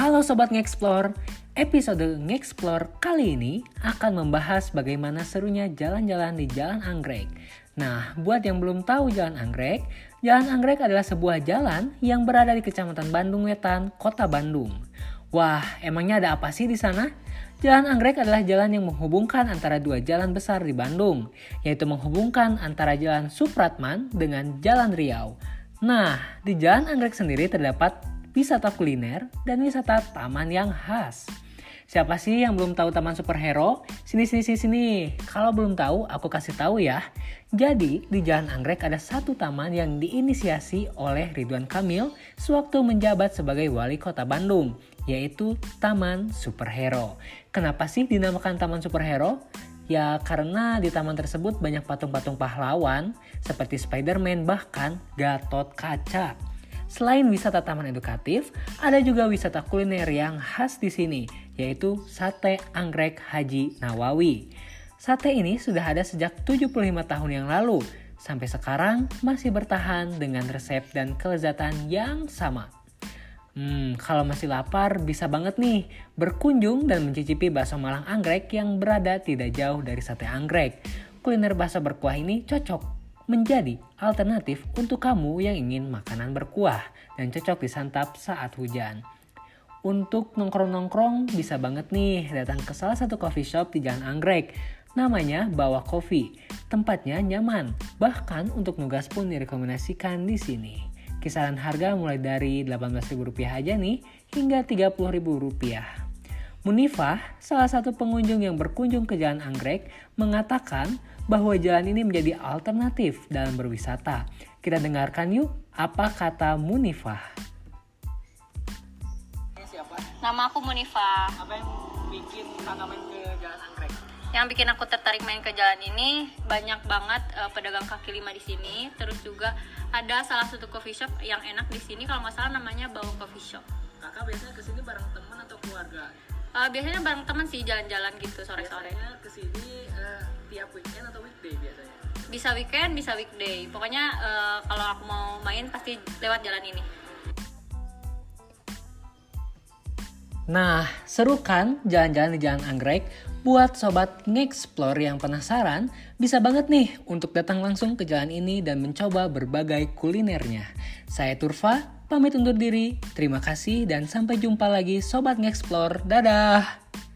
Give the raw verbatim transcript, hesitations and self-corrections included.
Halo Sobat Nge-Explore, episode Nge-Explore kali ini akan membahas bagaimana serunya jalan-jalan di Jalan Anggrek. Nah, buat yang belum tahu Jalan Anggrek, Jalan Anggrek adalah sebuah jalan yang berada di Kecamatan Bandung Wetan, Kota Bandung. Wah, emangnya ada apa sih di sana? Jalan Anggrek adalah jalan yang menghubungkan antara dua jalan besar di Bandung, yaitu menghubungkan antara Jalan Supratman dengan Jalan Riau. Nah, di Jalan Anggrek sendiri terdapat wisata kuliner dan wisata taman yang khas. Siapa sih yang belum tahu Taman Superhero? Sini sini sini sini. Kalau belum tahu, aku kasih tahu ya. Jadi, di Jalan Anggrek ada satu taman yang diinisiasi oleh Ridwan Kamil sewaktu menjabat sebagai wali kota Bandung, yaitu Taman Superhero. Kenapa sih dinamakan Taman Superhero? Ya karena di taman tersebut banyak patung-patung pahlawan seperti Spider-Man bahkan Gatot Kaca. Selain wisata taman edukatif, ada juga wisata kuliner yang khas di sini, yaitu Sate Anggrek Haji Nawawi. Sate ini sudah ada sejak tujuh puluh lima tahun yang lalu, sampai sekarang masih bertahan dengan resep dan kelezatan yang sama. Hmm, kalau masih lapar, bisa banget nih berkunjung dan mencicipi bakso Malang Anggrek yang berada tidak jauh dari Sate Anggrek. Kuliner bakso berkuah ini cocok menjadi alternatif untuk kamu yang ingin makanan berkuah dan cocok disantap saat hujan. Untuk nongkrong-nongkrong bisa banget nih datang ke salah satu coffee shop di Jalan Anggrek. Namanya Bawah Coffee. Tempatnya nyaman, bahkan untuk nugas pun direkomendasikan di sini. Kisaran harga mulai dari delapan belas ribu rupiah aja nih hingga tiga puluh ribu rupiah. Munifah, salah satu pengunjung yang berkunjung ke Jalan Anggrek, mengatakan bahwa jalan ini menjadi alternatif dalam berwisata. Kita dengarkan yuk apa kata Munifah. Siapa? Nama aku Munifah. Apa yang bikin kakak main ke Jalan Anggrek? Yang bikin aku tertarik main ke jalan ini banyak banget uh, pedagang kaki lima di sini. Terus juga ada salah satu coffee shop yang enak di sini, kalau nggak salah namanya Bawah Coffee Shop. Kakak biasanya kesini bareng teman atau keluarga? Uh, biasanya bareng teman sih jalan-jalan gitu sore-sore. Biasanya kesini uh, tiap weekend atau weekday biasanya? Bisa weekend, bisa weekday. Pokoknya uh, kalau aku mau main pasti lewat jalan ini. Nah, seru kan jalan-jalan di Jalan Anggrek? Buat sobat Nge-Explore yang penasaran, bisa banget nih untuk datang langsung ke jalan ini dan mencoba berbagai kulinernya. Saya Turfa, pamit undur diri. Terima kasih dan sampai jumpa lagi sobat Nge-Explore. Dadah!